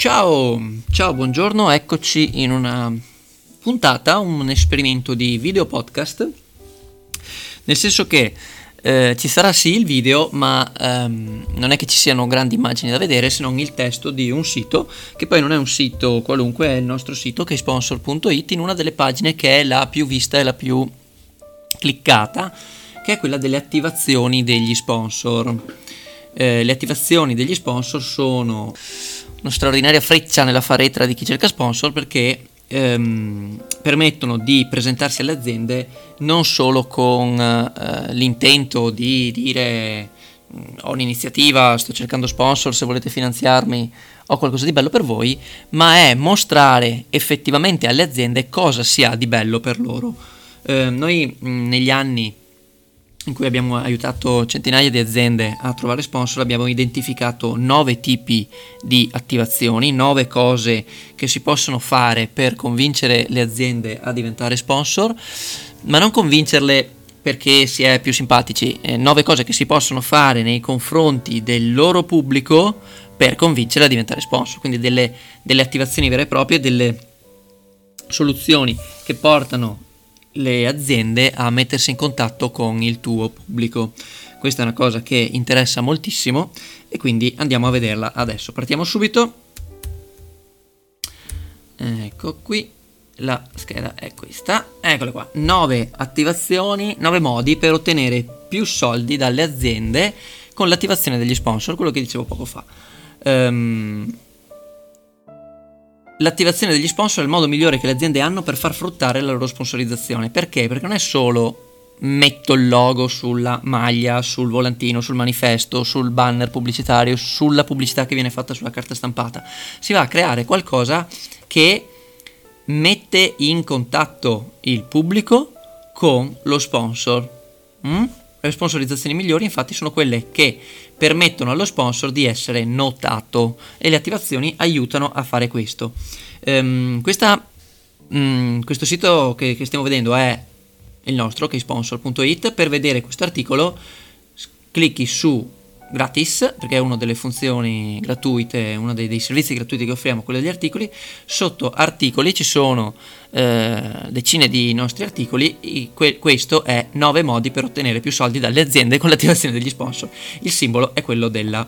Ciao, buongiorno, eccoci in una puntata, un esperimento di video podcast, nel senso che ci sarà sì il video, ma non è che ci siano grandi immagini da vedere se non il testo di un sito, che poi non è un sito qualunque, è il nostro sito che è sponsor.it, in una delle pagine che è la più vista e la più cliccata, che è quella delle attivazioni degli sponsor. Le attivazioni degli sponsor sono una straordinaria freccia nella faretra di chi cerca sponsor, perché permettono di presentarsi alle aziende non solo con l'intento di dire ho un'iniziativa, sto cercando sponsor, se volete finanziarmi ho qualcosa di bello per voi, ma è mostrare effettivamente alle aziende cosa si ha di bello per loro. Noi negli anni in cui abbiamo aiutato centinaia di aziende a trovare sponsor, abbiamo identificato 9 tipi di attivazioni, 9 cose che si possono fare per convincere le aziende a diventare sponsor, ma non convincerle perché si è più simpatici, 9 cose che si possono fare nei confronti del loro pubblico per convincere a diventare sponsor, quindi delle attivazioni vere e proprie, delle soluzioni che portano le aziende a mettersi in contatto con il tuo pubblico. Questa è una cosa che interessa moltissimo e quindi andiamo a vederla adesso. Partiamo subito. Ecco qui, la scheda è questa, eccole qua. 9 attivazioni, 9 modi per ottenere più soldi dalle aziende con l'attivazione degli sponsor, quello che dicevo poco fa. L'attivazione degli sponsor è il modo migliore che le aziende hanno per far fruttare la loro sponsorizzazione. Perché? Perché non è solo metto il logo sulla maglia, sul volantino, sul manifesto, sul banner pubblicitario, sulla pubblicità che viene fatta sulla carta stampata. Si va a creare qualcosa che mette in contatto il pubblico con lo sponsor. Le sponsorizzazioni migliori infatti sono quelle che permettono allo sponsor di essere notato, e le attivazioni aiutano a fare questo. Questo sito che stiamo vedendo è il nostro, che è sponsor.it. Per vedere questo articolo clicchi su gratis, perché è una delle funzioni gratuite, uno dei servizi gratuiti che offriamo, quello degli articoli. Sotto articoli ci sono decine di nostri articoli. Questo è 9 modi per ottenere più soldi dalle aziende con l'attivazione degli sponsor. Il simbolo è quello della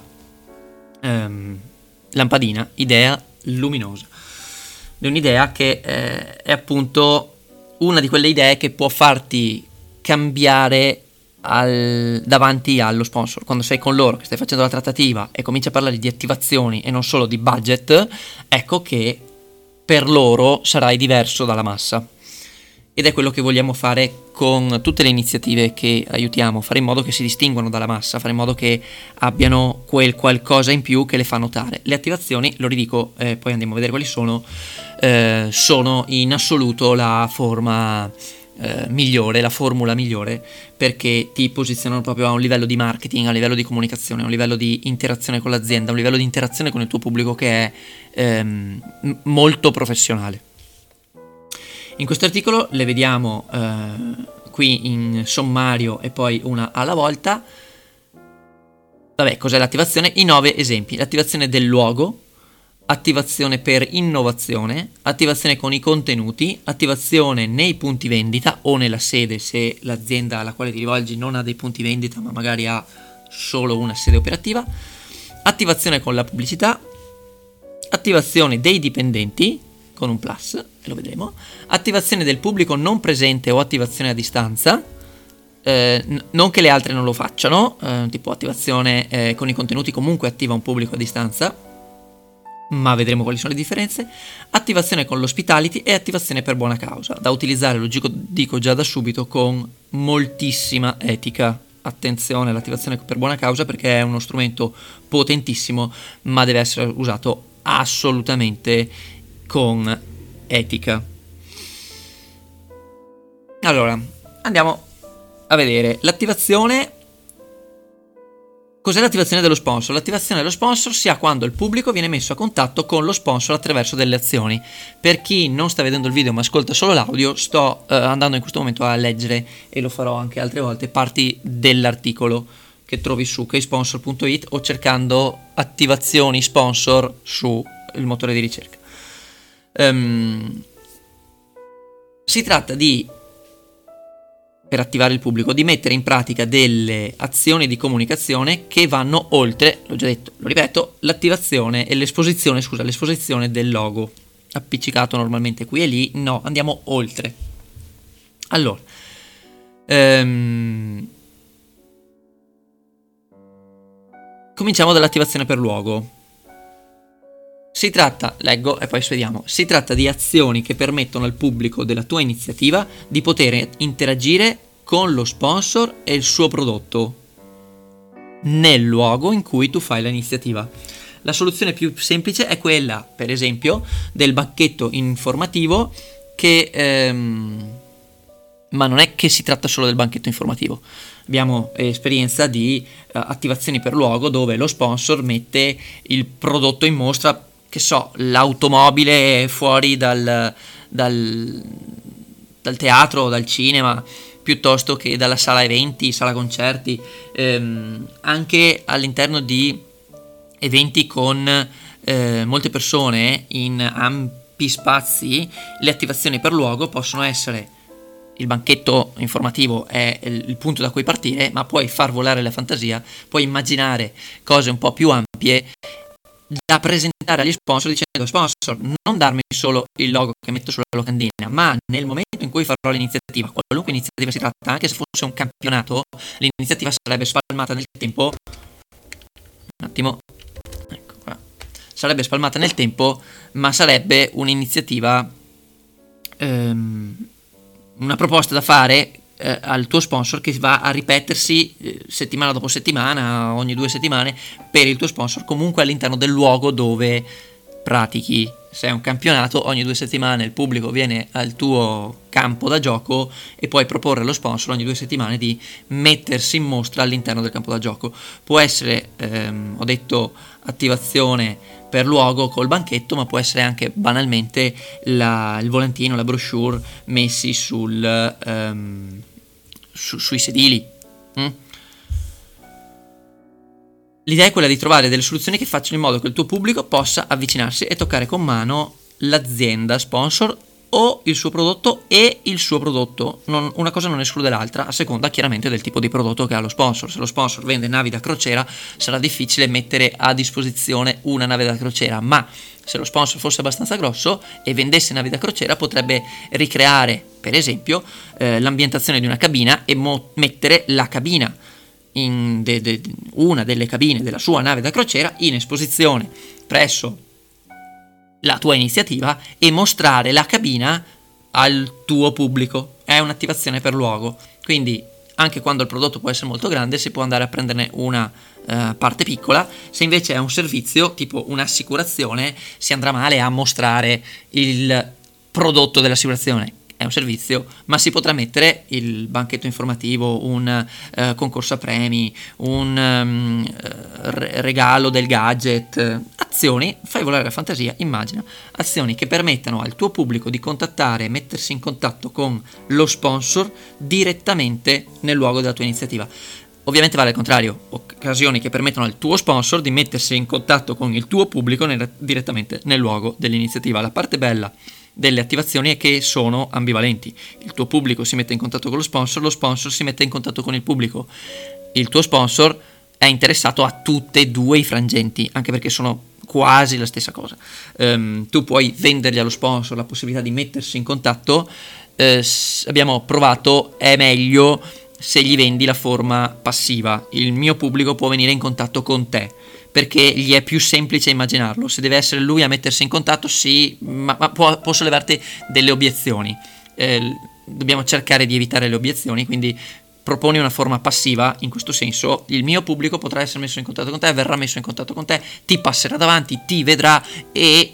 lampadina, idea luminosa. È un'idea che è appunto una di quelle idee che può farti cambiare davanti allo sponsor. Quando sei con loro, che stai facendo la trattativa e cominci a parlare di attivazioni e non solo di budget, ecco che per loro sarai diverso dalla massa, ed è quello che vogliamo fare con tutte le iniziative che aiutiamo, fare in modo che si distinguano dalla massa, fare in modo che abbiano quel qualcosa in più che le fa notare. Le attivazioni, lo ridico, poi andiamo a vedere quali sono in assoluto la forma migliore, la formula migliore, perché ti posizionano proprio a un livello di marketing, a un livello di comunicazione, a un livello di interazione con l'azienda, a un livello di interazione con il tuo pubblico che è molto professionale. In questo articolo le vediamo qui in sommario e poi una alla volta. Vabbè, cos'è l'attivazione? I 9 esempi: l'attivazione del luogo, attivazione per innovazione, attivazione con i contenuti, attivazione nei punti vendita o nella sede se l'azienda alla quale ti rivolgi non ha dei punti vendita ma magari ha solo una sede operativa, attivazione con la pubblicità, attivazione dei dipendenti con un plus, e lo vedremo, attivazione del pubblico non presente o attivazione a distanza, non che le altre non lo facciano, tipo attivazione con i contenuti comunque attiva un pubblico a distanza, ma vedremo quali sono le differenze, attivazione con l'hospitality e attivazione per buona causa, da utilizzare, lo dico già da subito, con moltissima etica. Attenzione all'attivazione per buona causa, perché è uno strumento potentissimo, ma deve essere usato assolutamente con etica. Allora, andiamo a vedere l'attivazione. Cos'è l'attivazione dello sponsor? L'attivazione dello sponsor si ha quando il pubblico viene messo a contatto con lo sponsor attraverso delle azioni. Per chi non sta vedendo il video ma ascolta solo l'audio, sto andando in questo momento a leggere, e lo farò anche altre volte, parti dell'articolo che trovi su ksponsor.it o cercando attivazioni sponsor su il motore di ricerca. Si tratta per attivare il pubblico, di mettere in pratica delle azioni di comunicazione che vanno oltre, l'ho già detto, lo ripeto, l'attivazione e l'esposizione del logo appiccicato normalmente qui e lì. No, andiamo oltre. Allora, cominciamo dall'attivazione per luogo. Si tratta, leggo e poi spediamo, si tratta di azioni che permettono al pubblico della tua iniziativa di poter interagire con lo sponsor e il suo prodotto nel luogo in cui tu fai l'iniziativa. La soluzione più semplice è quella, per esempio, del banchetto informativo ma non è che si tratta solo del banchetto informativo. Abbiamo esperienza di attivazioni per luogo dove lo sponsor mette il prodotto in mostra, che so, l'automobile fuori dal teatro o dal cinema, piuttosto che dalla sala eventi, sala concerti, anche all'interno di eventi con molte persone in ampi spazi. Le attivazioni per luogo possono essere: il banchetto informativo è il punto da cui partire, ma puoi far volare la fantasia, puoi immaginare cose un po' più ampie da presentare agli sponsor, dicendo: sponsor, non darmi solo il logo che metto sulla locandina, ma nel momento in cui farò l'iniziativa, qualunque iniziativa si tratta, anche se fosse un campionato, l'iniziativa sarebbe spalmata nel tempo. Un attimo, ecco qua. Sarebbe spalmata nel tempo, ma sarebbe un'iniziativa, una proposta da fare al tuo sponsor, che va a ripetersi settimana dopo settimana, ogni 2 settimane, per il tuo sponsor, comunque all'interno del luogo dove pratichi. Se è un campionato, ogni 2 settimane il pubblico viene al tuo campo da gioco e puoi proporre allo sponsor ogni 2 settimane di mettersi in mostra all'interno del campo da gioco. Può essere, ho detto, attivazione per luogo col banchetto, ma può essere anche banalmente il volantino, la brochure messi sui sedili. L'idea è quella di trovare delle soluzioni che facciano in modo che il tuo pubblico possa avvicinarsi e toccare con mano l'azienda sponsor o il suo prodotto e il suo prodotto. Una cosa non esclude l'altra, a seconda chiaramente del tipo di prodotto che ha lo sponsor. Se lo sponsor vende navi da crociera, sarà difficile mettere a disposizione una nave da crociera, ma se lo sponsor fosse abbastanza grosso e vendesse navi da crociera, potrebbe ricreare, per esempio, l'ambientazione di una cabina e mettere la cabina in una delle cabine della sua nave da crociera in esposizione presso la tua iniziativa e mostrare la cabina al tuo pubblico. È un'attivazione per luogo, quindi anche quando il prodotto può essere molto grande si può andare a prenderne una parte piccola. Se invece è un servizio tipo un'assicurazione, si andrà male a mostrare il prodotto dell'assicurazione. È un servizio, ma si potrà mettere il banchetto informativo, un concorso a premi, un regalo del gadget, azioni, fai volare la fantasia, immagina, azioni che permettano al tuo pubblico di contattare e mettersi in contatto con lo sponsor direttamente nel luogo della tua iniziativa. Ovviamente vale il contrario, occasioni che permettono al tuo sponsor di mettersi in contatto con il tuo pubblico direttamente nel luogo dell'iniziativa. La parte bella delle attivazioni è che sono ambivalenti. Il tuo pubblico si mette in contatto con lo sponsor si mette in contatto con il pubblico. Il tuo sponsor è interessato a tutte e due i frangenti, anche perché sono quasi la stessa cosa. Tu puoi vendergli allo sponsor la possibilità di mettersi in contatto. Abbiamo provato, è meglio se gli vendi la forma passiva. Il mio pubblico può venire in contatto con te, perché gli è più semplice immaginarlo. Se deve essere lui a mettersi in contatto, sì, ma può sollevarti delle obiezioni. Dobbiamo cercare di evitare le obiezioni, quindi proponi una forma passiva. In questo senso il mio pubblico potrà essere messo in contatto con te, verrà messo in contatto con te, ti passerà davanti, ti vedrà e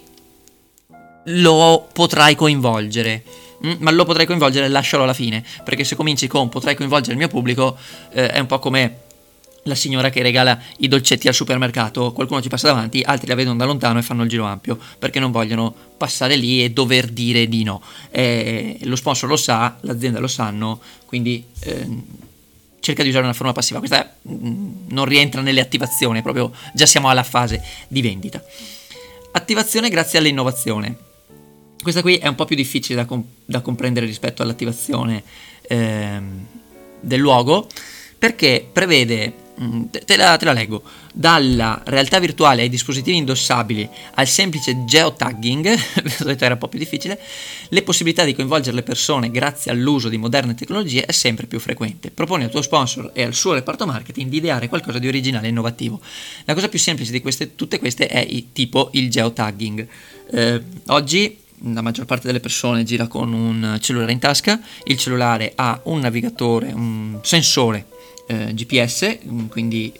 lo potrai coinvolgere. Ma lo potrai coinvolgere, lascialo alla fine, perché se cominci con potrai coinvolgere il mio pubblico, è un po' come la signora che regala i dolcetti al supermercato. Qualcuno ci passa davanti, altri la vedono da lontano e fanno il giro ampio, perché non vogliono passare lì e dover dire di no. Lo sponsor lo sa, l'azienda lo sanno, quindi cerca di usare una forma passiva. Questa non rientra nelle attivazioni, proprio già siamo alla fase di vendita. Attivazione grazie all'innovazione. Questa qui è un po' più difficile da comprendere rispetto all'attivazione del luogo, perché prevede, te la leggo, dalla realtà virtuale ai dispositivi indossabili al semplice geotagging, era un po' più difficile, le possibilità di coinvolgere le persone grazie all'uso di moderne tecnologie è sempre più frequente. Proponi al tuo sponsor e al suo reparto marketing di ideare qualcosa di originale e innovativo. La cosa più semplice di tutte queste è tipo il geotagging. Oggi la maggior parte delle persone gira con un cellulare in tasca, il cellulare ha un navigatore, un sensore GPS, quindi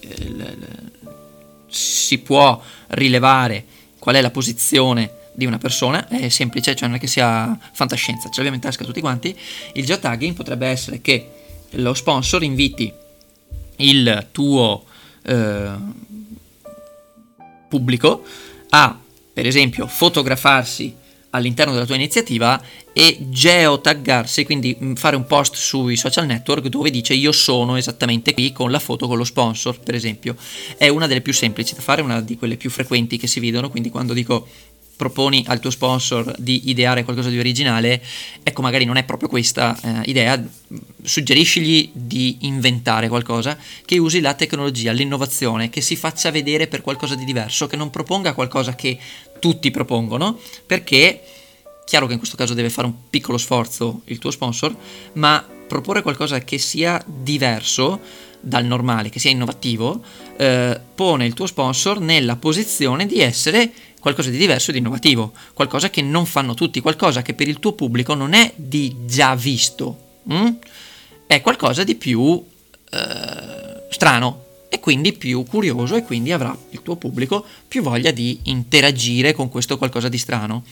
si può rilevare qual è la posizione di una persona, è semplice, cioè non è che sia fantascienza, ce l'abbiamo in tasca tutti quanti. Il geotagging potrebbe essere che lo sponsor inviti il tuo pubblico a, per esempio, fotografarsi all'interno della tua iniziativa e geotaggarsi, quindi fare un post sui social network dove dice io sono esattamente qui con la foto con lo sponsor, per esempio. È una delle più semplici da fare, una di quelle più frequenti che si vedono, quindi quando dico proponi al tuo sponsor di ideare qualcosa di originale, ecco, magari non è proprio questa idea, suggeriscigli di inventare qualcosa che usi la tecnologia, l'innovazione, che si faccia vedere per qualcosa di diverso, che non proponga qualcosa che tutti propongono, perché chiaro che in questo caso deve fare un piccolo sforzo il tuo sponsor, ma proporre qualcosa che sia diverso dal normale, che sia innovativo, pone il tuo sponsor nella posizione di essere qualcosa di diverso e di innovativo, qualcosa che non fanno tutti, qualcosa che per il tuo pubblico non è di già visto, è qualcosa di più strano e quindi più curioso, e quindi avrà il tuo pubblico più voglia di interagire con questo qualcosa di strano.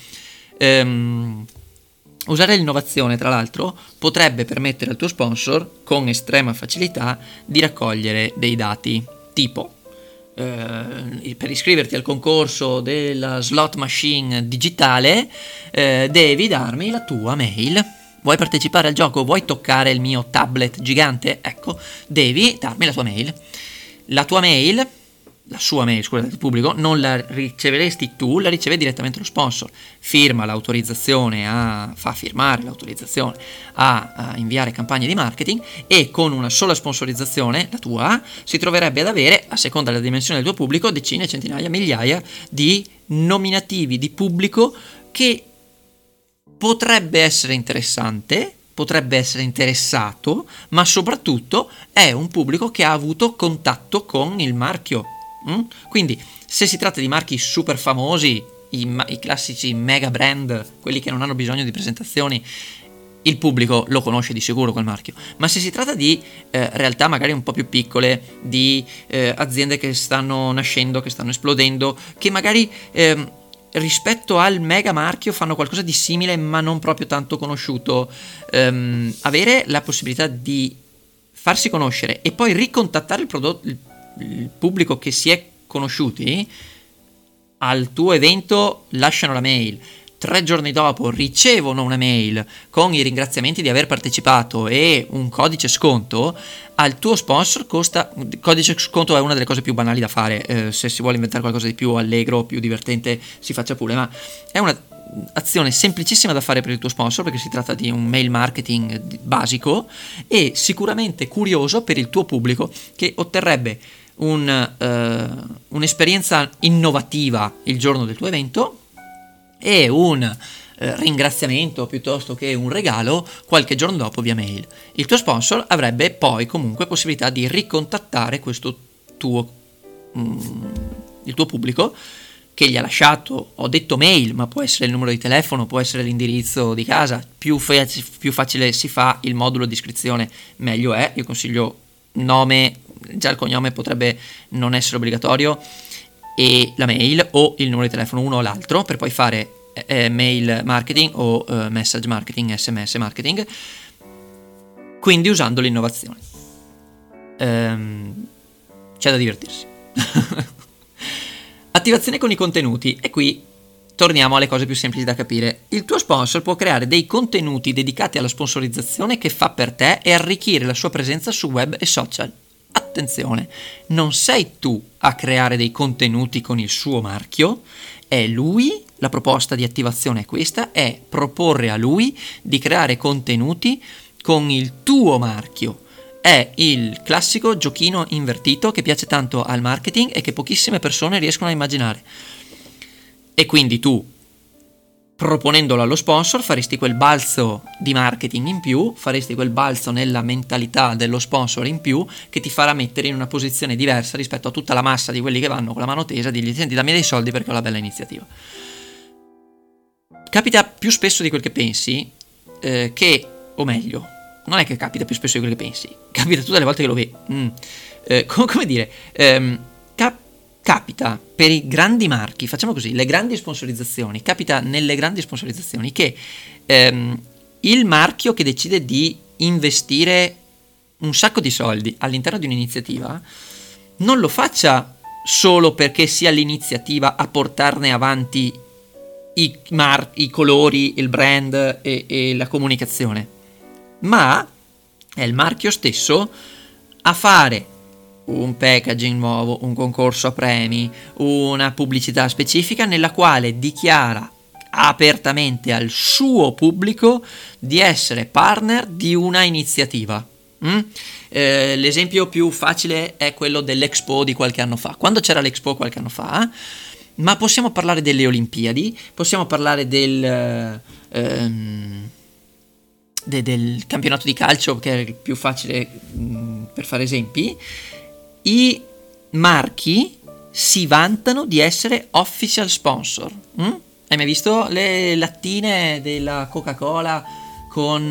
Usare l'innovazione, tra l'altro, potrebbe permettere al tuo sponsor con estrema facilità di raccogliere dei dati, tipo per iscriverti al concorso della slot machine digitale devi darmi la tua mail. Vuoi partecipare al gioco? Vuoi toccare il mio tablet gigante? Ecco, devi darmi la tua mail. La tua mail, la sua mail, scusate, il pubblico, non la riceveresti tu, la riceve direttamente lo sponsor. Firma l'autorizzazione fa firmare l'autorizzazione a inviare campagne di marketing, e con una sola sponsorizzazione, la tua, si troverebbe ad avere, a seconda della dimensione del tuo pubblico, decine, centinaia, migliaia di nominativi di pubblico che potrebbe essere interessante, potrebbe essere interessato, ma soprattutto è un pubblico che ha avuto contatto con il marchio. Quindi se si tratta di marchi super famosi, i classici mega brand, quelli che non hanno bisogno di presentazioni, il pubblico lo conosce di sicuro quel marchio. Ma se si tratta di realtà magari un po' più piccole, di aziende che stanno nascendo, che stanno esplodendo, che magari rispetto al mega marchio fanno qualcosa di simile ma non proprio tanto conosciuto, avere la possibilità di farsi conoscere e poi ricontattare il pubblico che si è conosciuti al tuo evento, lasciano la mail, 3 giorni dopo ricevono una mail con i ringraziamenti di aver partecipato e un codice sconto, al tuo sponsor costa. Il codice sconto è una delle cose più banali da fare, se si vuole inventare qualcosa di più allegro, più divertente, si faccia pure, ma è una azione semplicissima da fare per il tuo sponsor, perché si tratta di un mail marketing basico e sicuramente curioso per il tuo pubblico, che otterrebbe un'esperienza innovativa il giorno del tuo evento e un ringraziamento piuttosto che un regalo qualche giorno dopo via mail. Il tuo sponsor avrebbe poi comunque possibilità di ricontattare questo il tuo pubblico che gli ha lasciato, ho detto mail, ma può essere il numero di telefono, può essere l'indirizzo di casa. Più facile si fa il modulo di iscrizione, meglio è. Io consiglio nome, già il cognome potrebbe non essere obbligatorio, e la mail o il numero di telefono, uno o l'altro, per poi fare mail marketing o message marketing, SMS marketing, quindi usando l'innovazione. C'è da divertirsi. Attivazione con i contenuti, e qui torniamo alle cose più semplici da capire. Il tuo sponsor può creare dei contenuti dedicati alla sponsorizzazione che fa per te e arricchire la sua presenza su web e social. Attenzione, non sei tu a creare dei contenuti con il suo marchio, è lui, la proposta di attivazione è questa, è proporre a lui di creare contenuti con il tuo marchio. È il classico giochino invertito che piace tanto al marketing e che pochissime persone riescono a immaginare. E quindi tu, proponendolo allo sponsor, faresti quel balzo di marketing in più, faresti quel balzo nella mentalità dello sponsor in più, che ti farà mettere in una posizione diversa rispetto a tutta la massa di quelli che vanno con la mano tesa e dirgli: senti, dammi dei soldi perché ho la bella iniziativa. Capita più spesso di quel che pensi, o meglio, non è che capita più spesso di quel che pensi, capita tutte le volte che lo vedi. Come dire, capita per i grandi marchi, facciamo così, le grandi sponsorizzazioni, capita nelle grandi sponsorizzazioni che il marchio che decide di investire un sacco di soldi all'interno di un'iniziativa non lo faccia solo perché sia l'iniziativa a portarne avanti i colori, il brand e la comunicazione, ma è il marchio stesso a fare un packaging nuovo, un concorso a premi, una pubblicità specifica nella quale dichiara apertamente al suo pubblico di essere partner di una iniziativa. L'esempio più facile è quello dell'Expo di qualche anno fa. Quando c'era l'Expo qualche anno fa, ma possiamo parlare delle Olimpiadi, possiamo parlare del campionato di calcio, che è il più facile per fare esempi. I marchi si vantano di essere official sponsor. Hai mai visto le lattine della Coca-Cola con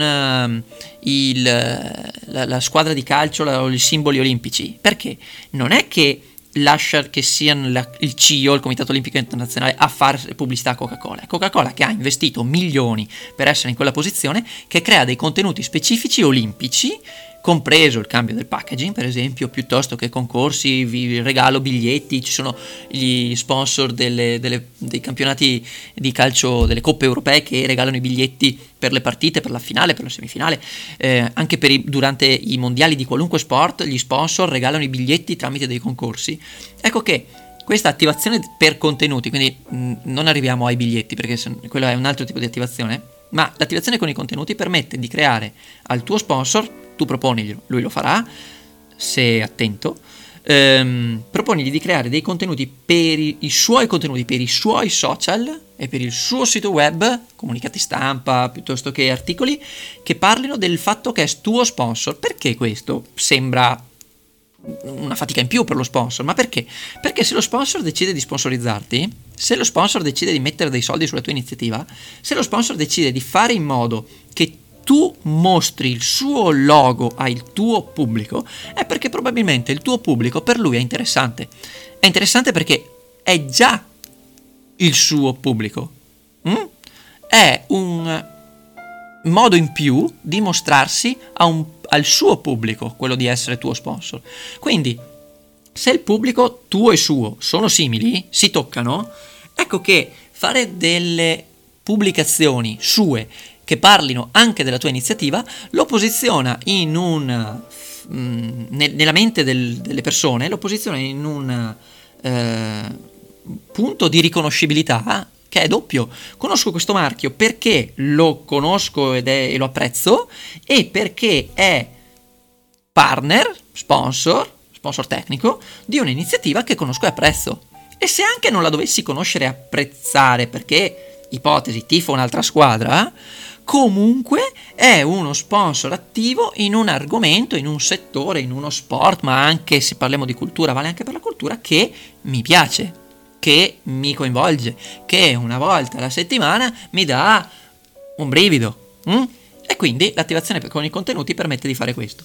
la squadra di calcio o i simboli olimpici? Perché non è che lascia che siano il CIO, il Comitato Olimpico Internazionale, a fare pubblicità a Coca-Cola. È Coca-Cola che ha investito milioni per essere in quella posizione, che crea dei contenuti specifici olimpici, compreso il cambio del packaging, per esempio, piuttosto che concorsi, vi regalo biglietti, ci sono gli sponsor dei campionati di calcio, delle coppe europee, che regalano i biglietti per le partite, per la finale, per la semifinale, anche durante i mondiali di qualunque sport gli sponsor regalano i biglietti tramite dei concorsi. Ecco che questa attivazione per contenuti, quindi non arriviamo ai biglietti perché quello è un altro tipo di attivazione, ma l'attivazione con i contenuti permette di creare al tuo sponsor, tu proponiglielo, lui lo farà se è attento, proponigli di creare dei contenuti per i suoi contenuti, per i suoi social e per il suo sito web, comunicati stampa piuttosto che articoli che parlino del fatto che è tuo sponsor. Perché questo sembra una fatica in più per lo sponsor? Ma perché? Perché se lo sponsor decide di sponsorizzarti, se lo sponsor decide di mettere dei soldi sulla tua iniziativa, se lo sponsor decide di fare in modo che tu mostri il suo logo al tuo pubblico, è perché probabilmente il tuo pubblico per lui è interessante. È interessante perché è già il suo pubblico. È un modo in più di mostrarsi al suo pubblico, quello di essere tuo sponsor. Quindi, se il pubblico tuo e suo sono simili, si toccano, ecco che fare delle pubblicazioni sue che parlino anche della tua iniziativa lo posiziona in nella mente delle persone, lo posiziona in un punto di riconoscibilità che è doppio. Conosco questo marchio perché lo conosco e lo apprezzo, e perché è partner, sponsor tecnico di un'iniziativa che conosco e apprezzo. E se anche non la dovessi conoscere e apprezzare, perché, ipotesi, tifo un'altra squadra, comunque è uno sponsor attivo in un argomento, in un settore, in uno sport, ma anche, se parliamo di cultura, vale anche per la cultura, che mi piace, che mi coinvolge, che una volta alla settimana mi dà un brivido. E quindi l'attivazione con i contenuti permette di fare questo.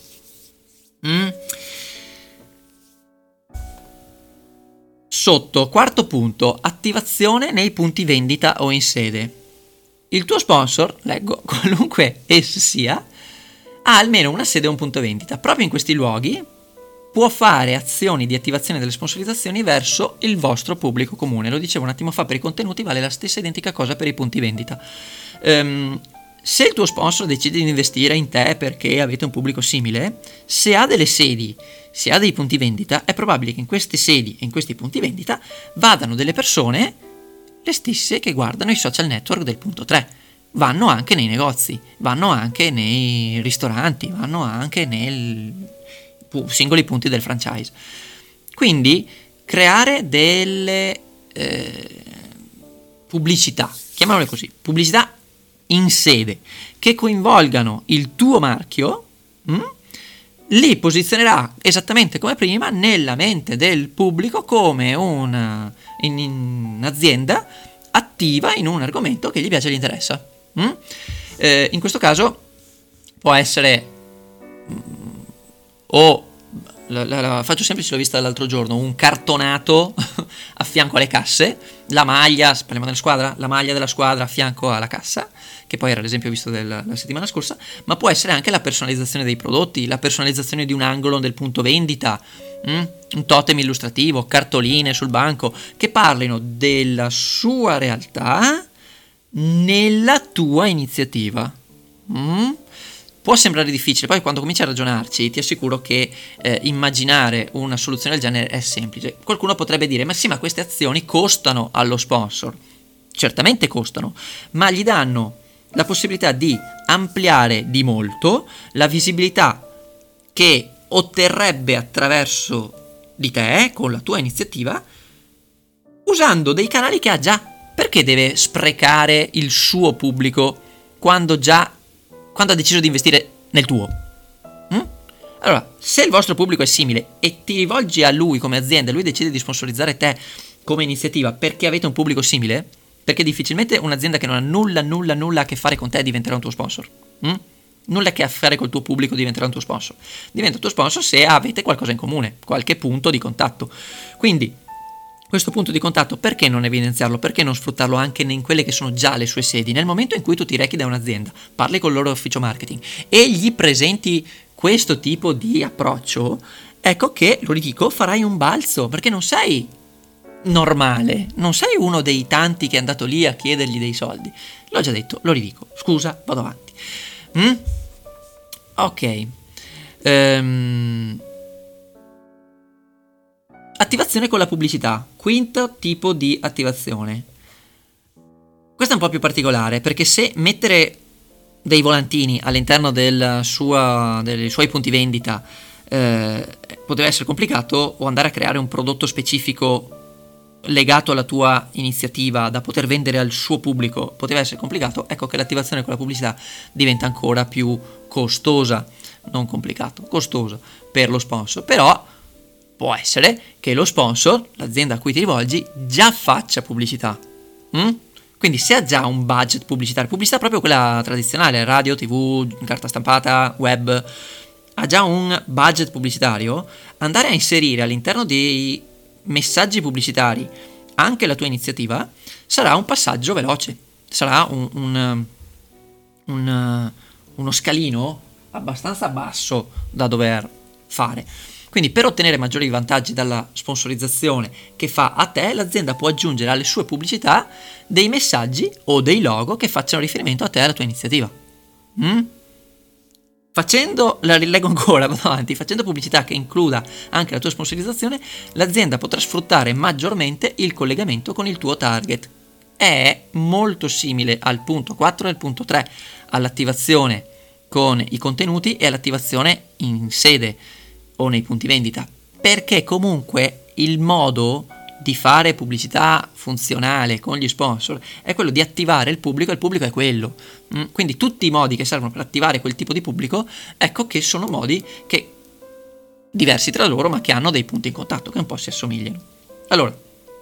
Sotto, quarto punto, attivazione nei punti vendita o in sede. Il tuo sponsor, leggo, qualunque esso sia, ha almeno una sede o un punto vendita. Proprio in questi luoghi può fare azioni di attivazione delle sponsorizzazioni verso il vostro pubblico comune. Lo dicevo un attimo fa, per i contenuti vale la stessa identica cosa per i punti vendita. Se il tuo sponsor decide di investire in te perché avete un pubblico simile, se ha delle sedi, se ha dei punti vendita, è probabile che in queste sedi e in questi punti vendita vadano delle persone le stesse che guardano i social network del punto 3. Vanno anche nei negozi, vanno anche nei ristoranti, vanno anche nei singoli punti del franchise. Quindi creare delle pubblicità, chiamiamole così, pubblicità in sede, che coinvolgano il tuo marchio, li posizionerà esattamente come prima nella mente del pubblico come un'azienda attiva in un argomento che gli piace e gli interessa. In questo caso può essere faccio semplice, l'ho vista l'altro giorno, un cartonato a fianco alle casse, la maglia, parliamo della squadra, la maglia della squadra a fianco alla cassa, che poi era l'esempio visto la settimana scorsa, ma può essere anche la personalizzazione dei prodotti, la personalizzazione di un angolo del punto vendita, un totem illustrativo, cartoline sul banco, che parlino della sua realtà nella tua iniziativa. Può sembrare difficile, poi quando cominci a ragionarci ti assicuro che immaginare una soluzione del genere è semplice. Qualcuno potrebbe dire: ma sì, ma queste azioni costano allo sponsor. Certamente costano, ma gli danno la possibilità di ampliare di molto la visibilità che otterrebbe attraverso di te, con la tua iniziativa, usando dei canali che ha già. Perché deve sprecare il suo pubblico quando ha deciso di investire nel tuo? Allora, se il vostro pubblico è simile e ti rivolgi a lui come azienda, lui decide di sponsorizzare te come iniziativa perché avete un pubblico simile, perché difficilmente un'azienda che non ha nulla a che fare con te diventerà un tuo sponsor. Nulla a che fare col tuo pubblico diventerà un tuo sponsor. Diventa un tuo sponsor se avete qualcosa in comune, qualche punto di contatto. Quindi questo punto di contatto, perché non evidenziarlo? Perché non sfruttarlo anche in quelle che sono già le sue sedi? Nel momento in cui tu ti rechi da un'azienda, parli con il loro ufficio marketing e gli presenti questo tipo di approccio, ecco che, lo ridico, farai un balzo, perché non sei normale, non sei uno dei tanti che è andato lì a chiedergli dei soldi. L'ho già detto, lo ridico, scusa, vado avanti. Ok. Attivazione con la pubblicità, quinto tipo di attivazione. Questa è un po' più particolare, perché se mettere dei volantini all'interno dei suoi punti vendita poteva essere complicato, o andare a creare un prodotto specifico legato alla tua iniziativa da poter vendere al suo pubblico poteva essere complicato, ecco che l'attivazione con la pubblicità diventa ancora più costosa, non complicato, costoso per lo sponsor. Però può essere che lo sponsor, l'azienda a cui ti rivolgi, già faccia pubblicità. Quindi se ha già un budget pubblicitario, pubblicità proprio quella tradizionale, radio, tv, carta stampata, web, ha già un budget pubblicitario, andare a inserire all'interno dei messaggi pubblicitari anche la tua iniziativa sarà un passaggio veloce, sarà uno scalino abbastanza basso da dover fare. Quindi per ottenere maggiori vantaggi dalla sponsorizzazione che fa a te, l'azienda può aggiungere alle sue pubblicità dei messaggi o dei logo che facciano riferimento a te e alla tua iniziativa. La rilego ancora, vado avanti, facendo pubblicità che includa anche la tua sponsorizzazione, l'azienda potrà sfruttare maggiormente il collegamento con il tuo target. È molto simile al punto 4 e al punto 3, all'attivazione con i contenuti e all'attivazione in sede o nei punti vendita, perché comunque il modo di fare pubblicità funzionale con gli sponsor è quello di attivare il pubblico, e il pubblico è quello. Quindi tutti i modi che servono per attivare quel tipo di pubblico, ecco che sono modi che diversi tra loro, ma che hanno dei punti in contatto che un po' si assomigliano. Allora,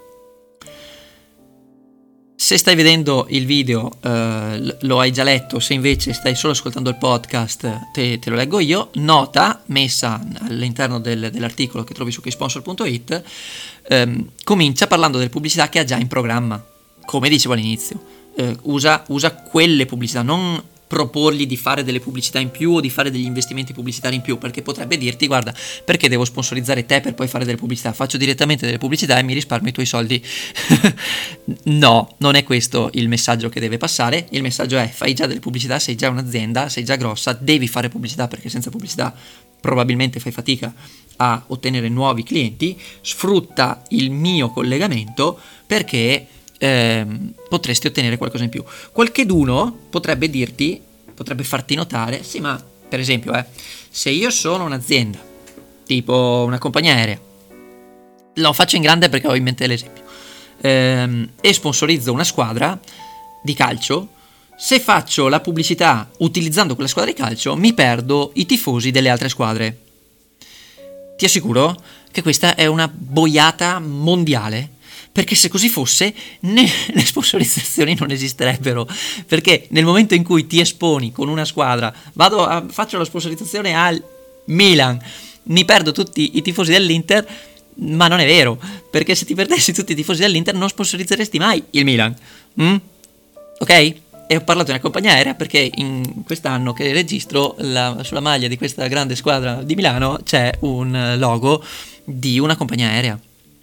se stai vedendo il video lo hai già letto, se invece stai solo ascoltando il podcast te lo leggo io. Nota messa all'interno dell'articolo che trovi su keysponsor.it, comincia parlando delle pubblicità che ha già in programma. Come dicevo all'inizio, usa quelle pubblicità, non proporgli di fare delle pubblicità in più o di fare degli investimenti pubblicitari in più, perché potrebbe dirti: guarda, perché devo sponsorizzare te per poi fare delle pubblicità? Faccio direttamente delle pubblicità e mi risparmio i tuoi soldi. No, non è questo il messaggio che deve passare. Il messaggio è: fai già delle pubblicità, sei già un'azienda, sei già grossa, devi fare pubblicità, perché senza pubblicità probabilmente fai fatica a ottenere nuovi clienti. Sfrutta il mio collegamento perché potresti ottenere qualcosa in più. Qualcheduno potrebbe farti notare, sì, ma per esempio, se io sono un'azienda, tipo una compagnia aerea, lo faccio in grande perché ho in mente l'esempio, e sponsorizzo una squadra di calcio, se faccio la pubblicità utilizzando quella squadra di calcio, mi perdo i tifosi delle altre squadre. Ti assicuro che questa è una boiata mondiale, perché se così fosse le sponsorizzazioni non esisterebbero, perché nel momento in cui ti esponi con una squadra, faccio la sponsorizzazione al Milan, mi perdo tutti i tifosi dell'Inter, ma non è vero, perché se ti perdessi tutti i tifosi dell'Inter non sponsorizzeresti mai il Milan. Ok? E ho parlato di una compagnia aerea perché in quest'anno che registro sulla maglia di questa grande squadra di Milano c'è un logo di una compagnia aerea.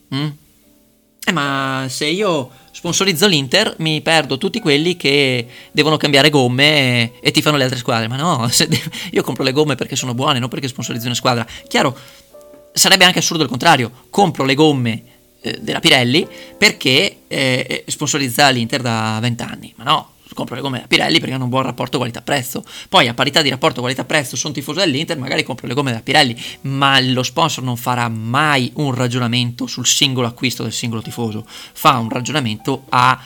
Ma se io sponsorizzo l'Inter mi perdo tutti quelli che devono cambiare gomme e tifano le altre squadre. Ma no, io compro le gomme perché sono buone, non perché sponsorizzo una squadra. Chiaro, sarebbe anche assurdo il contrario. Compro le gomme della Pirelli perché sponsorizza l'Inter da 20 anni. Ma no, compro le gomme della Pirelli perché hanno un buon rapporto qualità-prezzo. Poi a parità di rapporto qualità-prezzo sono tifoso dell'Inter, magari compro le gomme della Pirelli, ma lo sponsor non farà mai un ragionamento sul singolo acquisto del singolo tifoso, fa un ragionamento a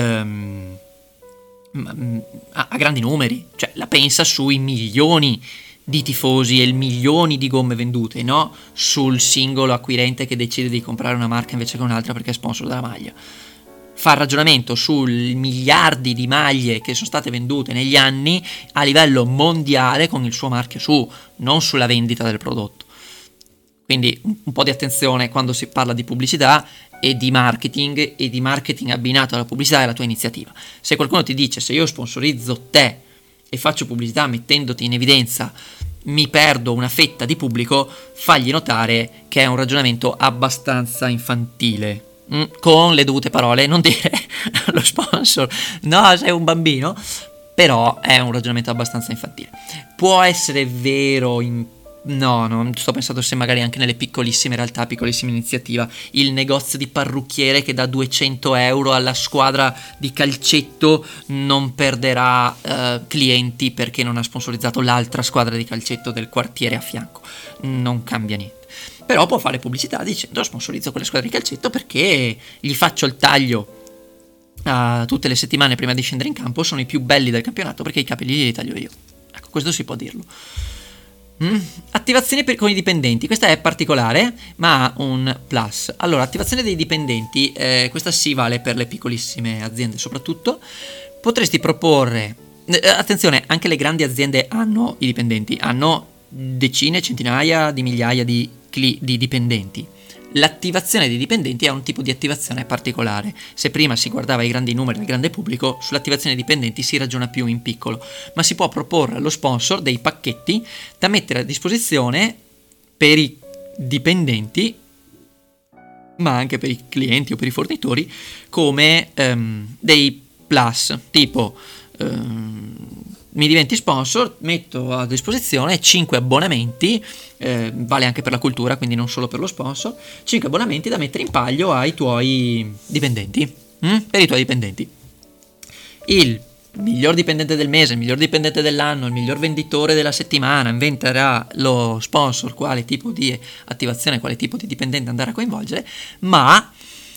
grandi numeri, cioè la pensa sui milioni di tifosi e il milioni di gomme vendute, no sul singolo acquirente che decide di comprare una marca invece che un'altra perché è sponsor della maglia. Fa il ragionamento sui miliardi di maglie che sono state vendute negli anni a livello mondiale con il suo marchio su, non sulla vendita del prodotto. Quindi un po' di attenzione quando si parla di pubblicità e di marketing abbinato alla pubblicità e alla tua iniziativa. Se qualcuno ti dice se io sponsorizzo te e faccio pubblicità mettendoti in evidenza mi perdo una fetta di pubblico, fagli notare che è un ragionamento abbastanza infantile. Con le dovute parole, non dire allo sponsor no, sei un bambino, però è un ragionamento abbastanza infantile. Può essere vero no, sto pensando se magari anche nelle piccolissime realtà, piccolissime iniziative, il negozio di parrucchiere che dà 200 euro alla squadra di calcetto non perderà clienti perché non ha sponsorizzato l'altra squadra di calcetto del quartiere a fianco. Non cambia niente. Però può fare pubblicità dicendo sponsorizzo quelle squadre di calcetto perché gli faccio il taglio tutte le settimane prima di scendere in campo, sono i più belli del campionato perché i capelli li taglio io. Ecco, questo si può dirlo. Attivazione con i dipendenti, questa è particolare ma ha un plus. Allora, attivazione dei dipendenti, questa sì vale per le piccolissime aziende soprattutto. Potresti proporre, attenzione, anche le grandi aziende hanno i dipendenti, hanno decine, centinaia di migliaia di dipendenti. L'attivazione dei dipendenti è un tipo di attivazione particolare. Se prima si guardava i grandi numeri del grande pubblico, sull'attivazione dei dipendenti si ragiona più in piccolo, ma si può proporre allo sponsor dei pacchetti da mettere a disposizione per i dipendenti, ma anche per i clienti o per i fornitori, come dei plus, tipo mi diventi sponsor, metto a disposizione 5 abbonamenti, vale anche per la cultura, quindi non solo per lo sponsor, 5 abbonamenti da mettere in palio ai tuoi dipendenti, per i tuoi dipendenti. Il miglior dipendente del mese, il miglior dipendente dell'anno, il miglior venditore della settimana inventerà lo sponsor, quale tipo di attivazione, quale tipo di dipendente andare a coinvolgere, ma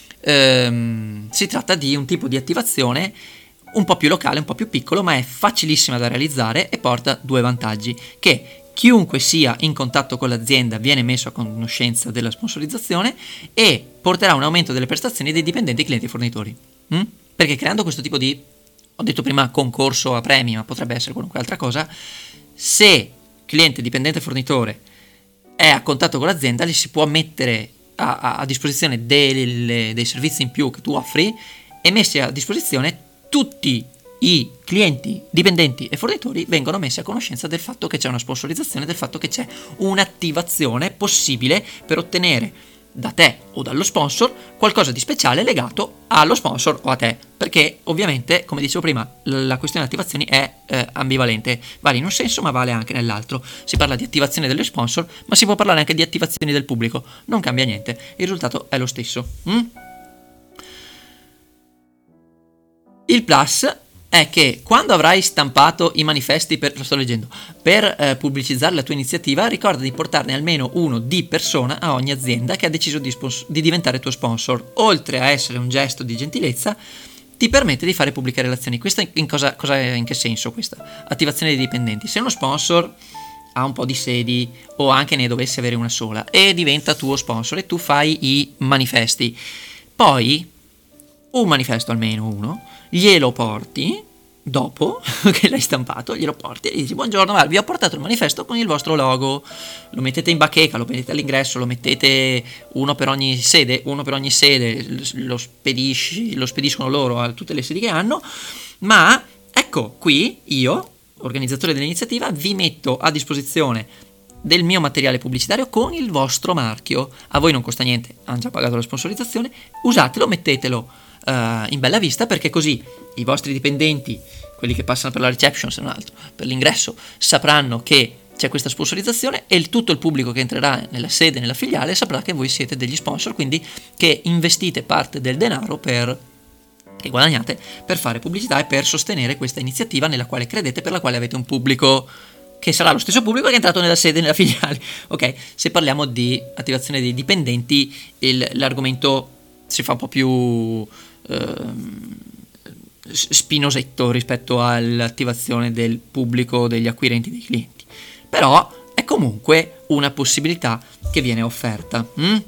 si tratta di un tipo di attivazione un po' più locale, un po' più piccolo, ma è facilissima da realizzare e porta due vantaggi: che chiunque sia in contatto con l'azienda viene messo a conoscenza della sponsorizzazione e porterà un aumento delle prestazioni dei dipendenti, clienti e fornitori. Perché creando questo tipo di, ho detto prima concorso a premi, ma potrebbe essere qualunque altra cosa, se cliente, dipendente e fornitore è a contatto con l'azienda, gli si può mettere a disposizione dei servizi in più che tu offri e messi a disposizione tutti i clienti, dipendenti e fornitori vengono messi a conoscenza del fatto che c'è una sponsorizzazione, del fatto che c'è un'attivazione possibile per ottenere da te o dallo sponsor qualcosa di speciale legato allo sponsor o a te, perché ovviamente, come dicevo prima, la questione di attivazioni è ambivalente, vale in un senso ma vale anche nell'altro. Si parla di attivazione delle sponsor, ma si può parlare anche di attivazioni del pubblico, non cambia niente, il risultato è lo stesso. Il plus è che quando avrai stampato i manifesti lo sto leggendo, per pubblicizzare la tua iniziativa, ricorda di portarne almeno uno di persona a ogni azienda che ha deciso di diventare tuo sponsor. Oltre a essere un gesto di gentilezza, ti permette di fare pubbliche relazioni. Questa in che senso questa? Attivazione dei dipendenti. Se uno sponsor ha un po' di sedi o anche ne dovesse avere una sola e diventa tuo sponsor e tu fai i manifesti, poi un manifesto almeno uno glielo porti dopo che l'hai stampato, glielo porti e gli dici: buongiorno, vi ho portato il manifesto con il vostro logo, lo mettete in bacheca, lo mettete all'ingresso, lo mettete uno per ogni sede, lo spediscono loro a tutte le sedi che hanno. Ma ecco, qui io, organizzatore dell'iniziativa, vi metto a disposizione del mio materiale pubblicitario con il vostro marchio. A voi non costa niente, hanno già pagato la sponsorizzazione, usatelo, mettetelo in bella vista, perché così i vostri dipendenti, quelli che passano per la reception se non altro, per l'ingresso, sapranno che c'è questa sponsorizzazione e tutto il pubblico che entrerà nella sede, nella filiale, saprà che voi siete degli sponsor, quindi che investite parte del denaro che guadagnate per fare pubblicità e per sostenere questa iniziativa nella quale credete, per la quale avete un pubblico che sarà lo stesso pubblico che è entrato nella sede, nella filiale. Ok, se parliamo di attivazione dei dipendenti, l'argomento si fa un po' più spinosetto rispetto all'attivazione del pubblico, degli acquirenti, dei clienti, però è comunque una possibilità che viene offerta.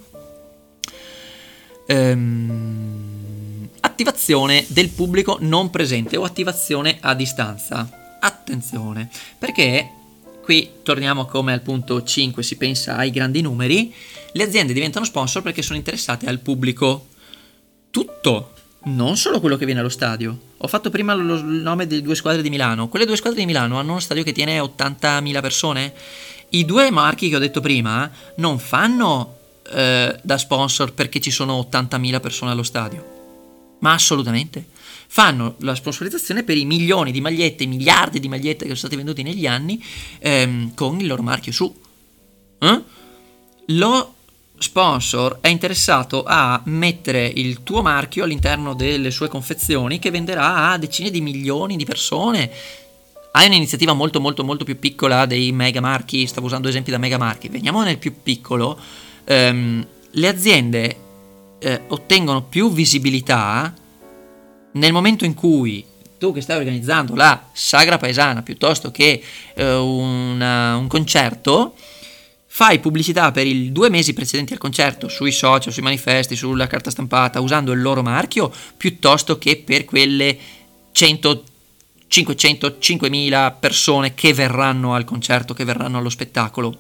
Attivazione del pubblico non presente o attivazione a distanza. Attenzione, perché qui torniamo come al punto 5, si pensa ai grandi numeri. Le aziende diventano sponsor perché sono interessate al pubblico tutto, non solo quello che viene allo stadio. Ho fatto prima il nome delle 2 squadre di Milano. Quelle 2 squadre di Milano hanno uno stadio che tiene 80.000 persone. I 2 marchi che ho detto prima non fanno da sponsor perché ci sono 80.000 persone allo stadio, ma assolutamente. Fanno la sponsorizzazione per i milioni di magliette, i miliardi di magliette che sono state vendute negli anni con il loro marchio su. Lo sponsor è interessato a mettere il tuo marchio all'interno delle sue confezioni che venderà a decine di milioni di persone. Hai un'iniziativa molto molto molto più piccola dei mega marchi, stavo usando esempi da mega marchi, veniamo nel più piccolo. Le aziende ottengono più visibilità nel momento in cui tu, che stai organizzando la sagra paesana piuttosto che un concerto, fai pubblicità per i 2 mesi precedenti al concerto sui social, sui manifesti, sulla carta stampata, usando il loro marchio, piuttosto che per quelle 100, 500, 5.000 persone che verranno al concerto, che verranno allo spettacolo,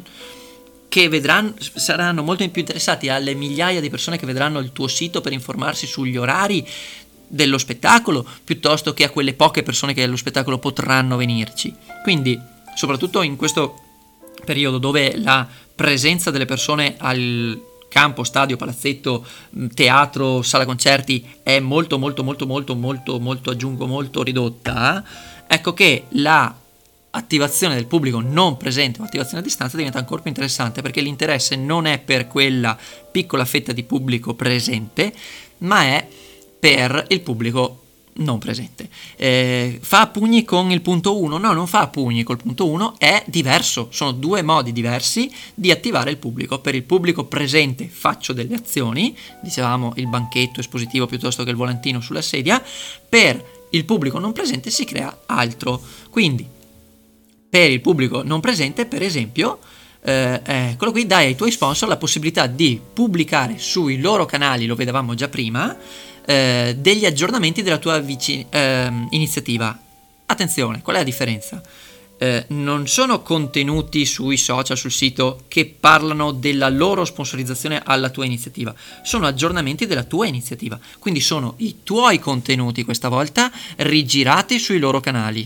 che saranno molto più interessati alle migliaia di persone che vedranno il tuo sito per informarsi sugli orari dello spettacolo, piuttosto che a quelle poche persone che allo spettacolo potranno venirci. Quindi, soprattutto in questo periodo dove la presenza delle persone al campo, stadio, palazzetto, teatro, sala concerti è molto molto molto molto molto molto, aggiungo molto, ridotta, ecco che la attivazione del pubblico non presente o attivazione a distanza diventa ancora più interessante, perché l'interesse non è per quella piccola fetta di pubblico presente, ma è per il pubblico non presente. Fa a pugni con il punto 1? No, non fa a pugni col punto 1, è diverso, sono 2 modi diversi di attivare il pubblico. Per il pubblico presente faccio delle azioni, dicevamo il banchetto espositivo piuttosto che il volantino sulla sedia. Per il pubblico non presente si crea altro. Quindi per il pubblico non presente, per esempio, eccolo qui, dai ai tuoi sponsor la possibilità di pubblicare sui loro canali, lo vedevamo già prima, degli aggiornamenti della tua iniziativa. Attenzione, qual è la differenza? Non sono contenuti sui social, sul sito, che parlano della loro sponsorizzazione alla tua iniziativa, sono aggiornamenti della tua iniziativa, quindi sono i tuoi contenuti questa volta rigirati sui loro canali.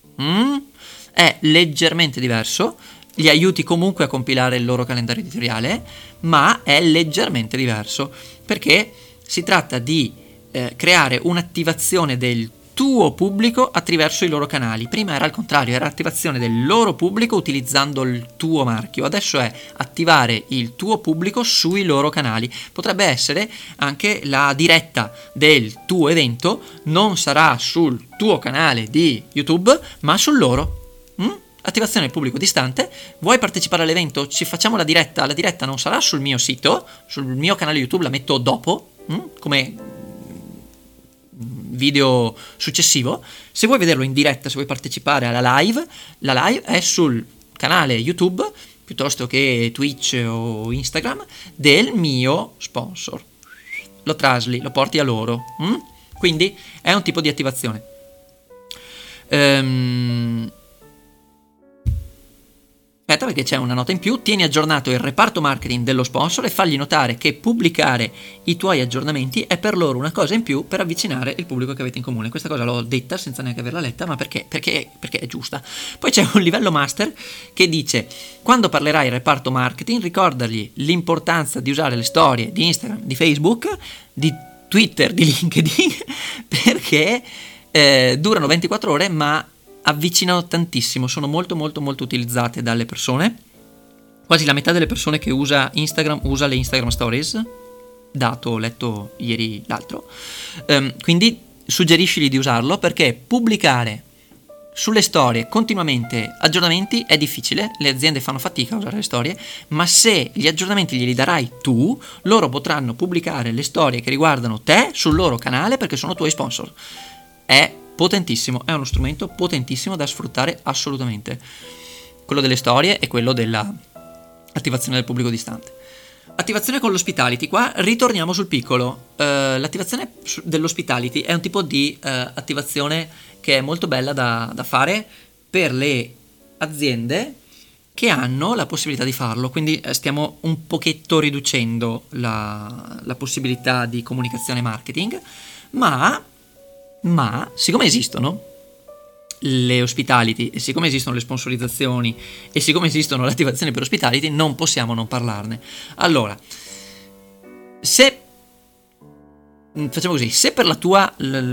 È leggermente diverso, li aiuti comunque a compilare il loro calendario editoriale, ma è leggermente diverso perché si tratta di creare un'attivazione del tuo pubblico attraverso i loro canali. Prima era al contrario, era attivazione del loro pubblico utilizzando il tuo marchio. Adesso è attivare il tuo pubblico sui loro canali. Potrebbe essere anche la diretta del tuo evento non sarà sul tuo canale di YouTube, ma sul loro. Attivazione del pubblico distante. Vuoi partecipare all'evento? Ci facciamo la diretta. La diretta non sarà sul mio sito, sul mio canale YouTube, la metto dopo, come video successivo. Se vuoi vederlo in diretta, se vuoi partecipare alla live, la live è sul canale YouTube piuttosto che Twitch o Instagram del mio sponsor. Lo trasli, lo porti a loro. Quindi è un tipo di attivazione. Aspetta, perché c'è una nota in più. Tieni aggiornato il reparto marketing dello sponsor e fagli notare che pubblicare i tuoi aggiornamenti è per loro una cosa in più per avvicinare il pubblico che avete in comune. Questa cosa l'ho detta senza neanche averla letta, ma perché è giusta. Poi c'è un livello master che dice: quando parlerai al reparto marketing, ricordagli l'importanza di usare le storie di Instagram, di Facebook, di Twitter, di LinkedIn, perché durano 24 ore, ma avvicinano tantissimo, sono molto molto molto utilizzate dalle persone. Quasi la metà delle persone che usa Instagram usa le Instagram Stories, dato letto ieri l'altro. Quindi suggeriscili di usarlo, perché pubblicare sulle storie continuamente aggiornamenti è difficile, le aziende fanno fatica a usare le storie, ma se gli aggiornamenti glieli darai tu, loro potranno pubblicare le storie che riguardano te sul loro canale perché sono tuoi sponsor. È potentissimo, è uno strumento potentissimo da sfruttare assolutamente, quello delle storie e quello della attivazione del pubblico distante. Attivazione con l'hospitality. Qua ritorniamo sul piccolo. L'attivazione dell'hospitality è un tipo di attivazione che è molto bella da fare per le aziende che hanno la possibilità di farlo, quindi stiamo un pochetto riducendo la possibilità di comunicazione marketing, ma siccome esistono le hospitality e siccome esistono le sponsorizzazioni e siccome esistono le attivazioni per hospitality, non possiamo non parlarne. Allora, se facciamo così, se per la tua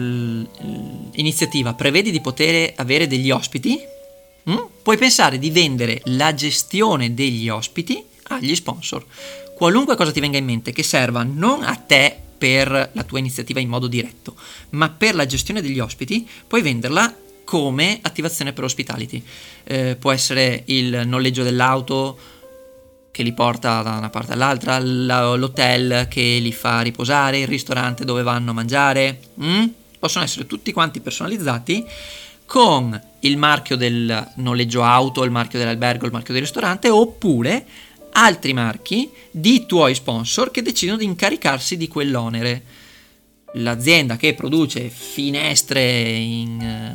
iniziativa prevedi di poter avere degli ospiti, puoi pensare di vendere la gestione degli ospiti agli sponsor. Qualunque cosa ti venga in mente che serva non a te per la tua iniziativa in modo diretto, ma per la gestione degli ospiti, puoi venderla come attivazione per hospitality. Può essere il noleggio dell'auto che li porta da una parte all'altra, l'hotel che li fa riposare, il ristorante dove vanno a mangiare. Possono essere tutti quanti personalizzati con il marchio del noleggio auto, il marchio dell'albergo, il marchio del ristorante, oppure altri marchi di tuoi sponsor che decidono di incaricarsi di quell'onere. L'azienda che produce finestre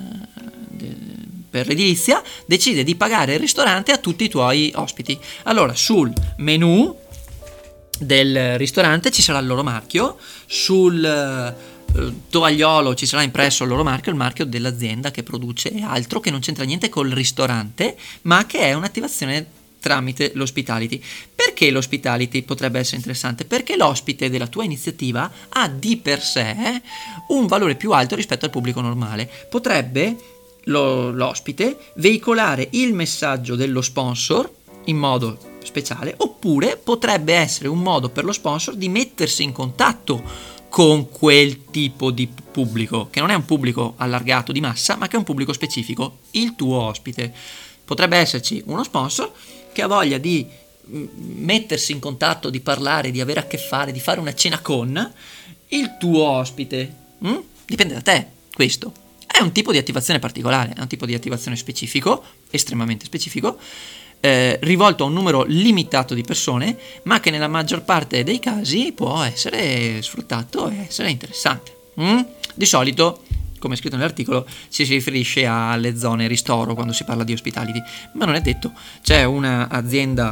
per l'edilizia decide di pagare il ristorante a tutti i tuoi ospiti. Allora sul menu del ristorante ci sarà il loro marchio, sul tovagliolo ci sarà impresso il loro marchio, il marchio dell'azienda che produce altro che non c'entra niente col ristorante, ma che è un'attivazione tramite l'hospitality. Perché l'hospitality potrebbe essere interessante? Perché l'ospite della tua iniziativa ha di per sé un valore più alto rispetto al pubblico normale. Potrebbe l'ospite veicolare il messaggio dello sponsor in modo speciale, oppure potrebbe essere un modo per lo sponsor di mettersi in contatto con quel tipo di pubblico, che non è un pubblico allargato di massa, ma che è un pubblico specifico, il tuo ospite. Potrebbe esserci uno sponsor che ha voglia di mettersi in contatto, di parlare, di avere a che fare, di fare una cena con il tuo ospite. Dipende da te, questo. È un tipo di attivazione particolare, è un tipo di attivazione specifico, estremamente specifico, rivolto a un numero limitato di persone, ma che nella maggior parte dei casi può essere sfruttato e essere interessante. Di solito, come scritto nell'articolo, si riferisce alle zone ristoro quando si parla di hospitality, ma non è detto. C'è un'azienda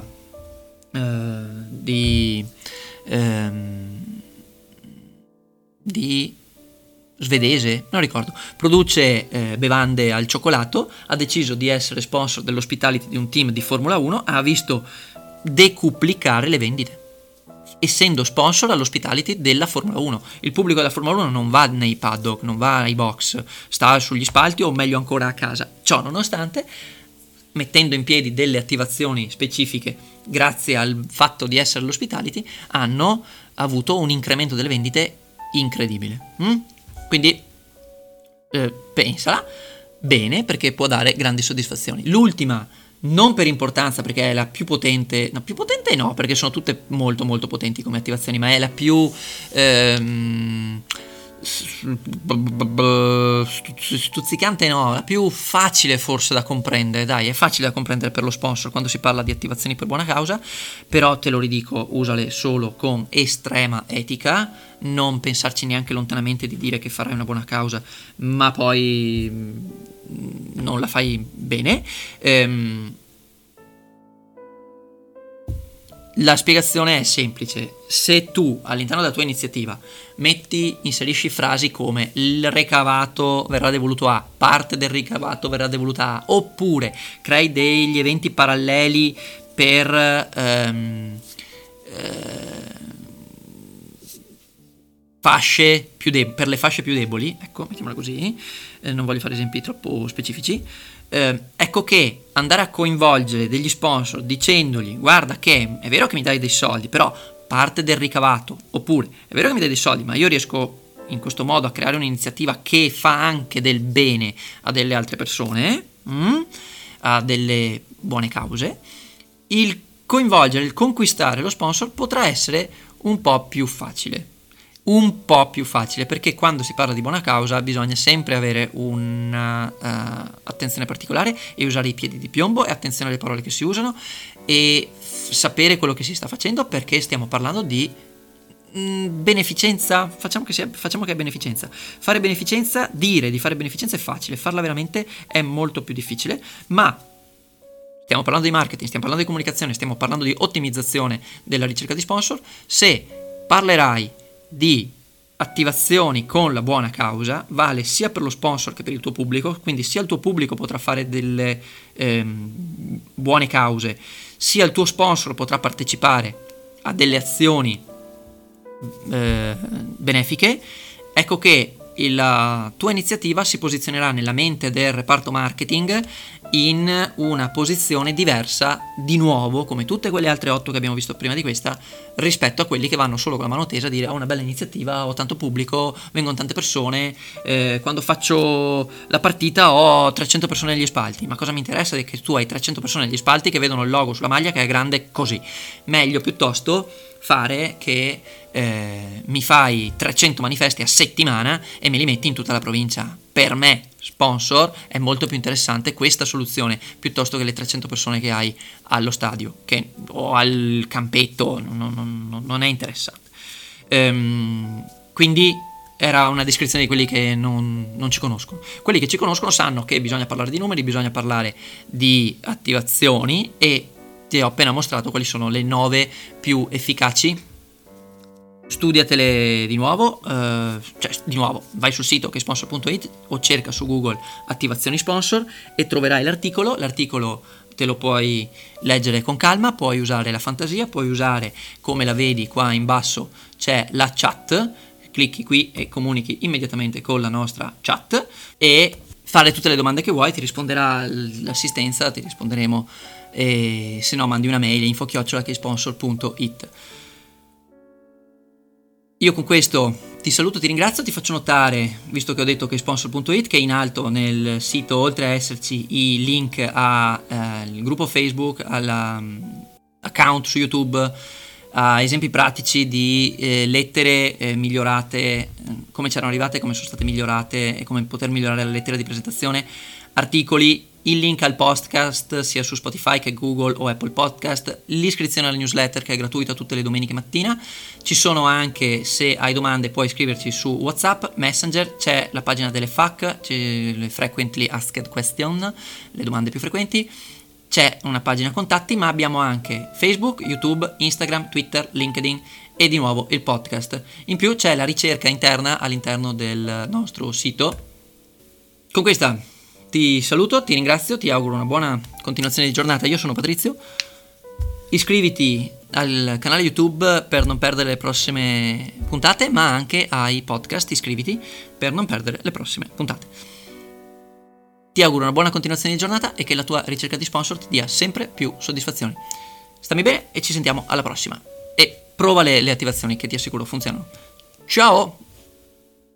di svedese, non ricordo, produce bevande al cioccolato, ha deciso di essere sponsor dell'hospitality di un team di Formula 1, ha visto decuplicare le vendite. essendo sponsor all'hospitality della Formula 1. Il pubblico della Formula 1 non va nei paddock, non va ai box, sta sugli spalti o meglio ancora a casa. Ciò nonostante, mettendo in piedi delle attivazioni specifiche grazie al fatto di essere all'hospitality, hanno avuto un incremento delle vendite incredibile. Quindi pensala bene, perché può dare grandi soddisfazioni. L'ultima, non per importanza perché è la più potente, no, più potente no, perché sono tutte molto molto potenti come attivazioni, ma è la più stuzzicante, no, la più facile forse da comprendere. Dai, è facile da comprendere per lo sponsor quando si parla di attivazioni per buona causa, però te lo ridico, usale solo con estrema etica, non pensarci neanche lontanamente di dire che farai una buona causa ma poi non la fai bene. La spiegazione è semplice: se tu all'interno della tua iniziativa inserisci frasi come il ricavato verrà devoluto a, parte del ricavato verrà devoluta a, oppure crei degli eventi paralleli per fasce per le fasce più deboli, ecco, mettiamola così, non voglio fare esempi troppo specifici, ecco che andare a coinvolgere degli sponsor dicendogli: guarda che è vero che mi dai dei soldi, però parte del ricavato, oppure è vero che mi dai dei soldi, ma io riesco in questo modo a creare un'iniziativa che fa anche del bene a delle altre persone, a delle buone cause. Il coinvolgere, il conquistare lo sponsor potrà essere un po' più facile, perché quando si parla di buona causa bisogna sempre avere una attenzione particolare e usare i piedi di piombo e attenzione alle parole che si usano e sapere quello che si sta facendo, perché stiamo parlando di beneficenza. Facciamo che è beneficenza. Fare beneficenza, dire di fare beneficenza è facile, farla veramente è molto più difficile, ma stiamo parlando di marketing, stiamo parlando di comunicazione, stiamo parlando di ottimizzazione della ricerca di sponsor. Se parlerai di attivazioni con la buona causa, vale sia per lo sponsor che per il tuo pubblico, quindi sia il tuo pubblico potrà fare delle buone cause, sia il tuo sponsor potrà partecipare a delle azioni benefiche. Ecco che la tua iniziativa si posizionerà nella mente del reparto marketing in una posizione diversa, di nuovo, come tutte quelle altre 8 che abbiamo visto prima di questa, rispetto a quelli che vanno solo con la mano tesa a dire: ho una bella iniziativa, ho tanto pubblico, vengono tante persone, quando faccio la partita ho 300 persone agli spalti. Ma cosa mi interessa è che tu hai 300 persone agli spalti che vedono il logo sulla maglia che è grande così. Meglio piuttosto fare che mi fai 300 manifesti a settimana e me li metti in tutta la provincia. Per me, sponsor, è molto più interessante questa soluzione piuttosto che le 300 persone che hai allo stadio o al campetto. Non è interessante. Quindi era una descrizione di quelli che non ci conoscono. Quelli che ci conoscono sanno che bisogna parlare di numeri, bisogna parlare di attivazioni, e ti ho appena mostrato quali sono le 9 più efficaci. Studiatele di nuovo, vai sul sito che è sponsor.it o cerca su Google attivazioni sponsor e troverai l'articolo te lo puoi leggere con calma, puoi usare la fantasia, puoi usare, come la vedi qua in basso c'è la chat, clicchi qui e comunichi immediatamente con la nostra chat e fare tutte le domande che vuoi, ti risponderà l'assistenza, ti risponderemo, e se no mandi una mail info@sponsor.it. Io con questo ti saluto, ti ringrazio, ti faccio notare, visto che ho detto che è sponsor.it, che in alto nel sito, oltre a esserci i link al gruppo Facebook, all'account su YouTube, a esempi pratici di lettere migliorate, come c'erano arrivate, come sono state migliorate e come poter migliorare la lettera di presentazione, articoli, il link al podcast sia su Spotify che Google o Apple Podcast, l'iscrizione alla newsletter che è gratuita tutte le domeniche mattina. Ci sono anche, se hai domande puoi scriverci su WhatsApp, Messenger, c'è la pagina delle FAQ, c'è le Frequently Asked Question, le domande più frequenti, c'è una pagina contatti, ma abbiamo anche Facebook, YouTube, Instagram, Twitter, LinkedIn e di nuovo il podcast. In più c'è la ricerca interna all'interno del nostro sito. Con questa ti saluto, ti ringrazio, ti auguro una buona continuazione di giornata. Io sono Patrizio iscriviti al canale YouTube per non perdere le prossime puntate, ma anche ai podcast iscriviti per non perdere le prossime puntate. Ti auguro una buona continuazione di giornata e che la tua ricerca di sponsor ti dia sempre più soddisfazioni. Stammi bene e ci sentiamo alla prossima. E prova le attivazioni che ti assicuro funzionano. Ciao!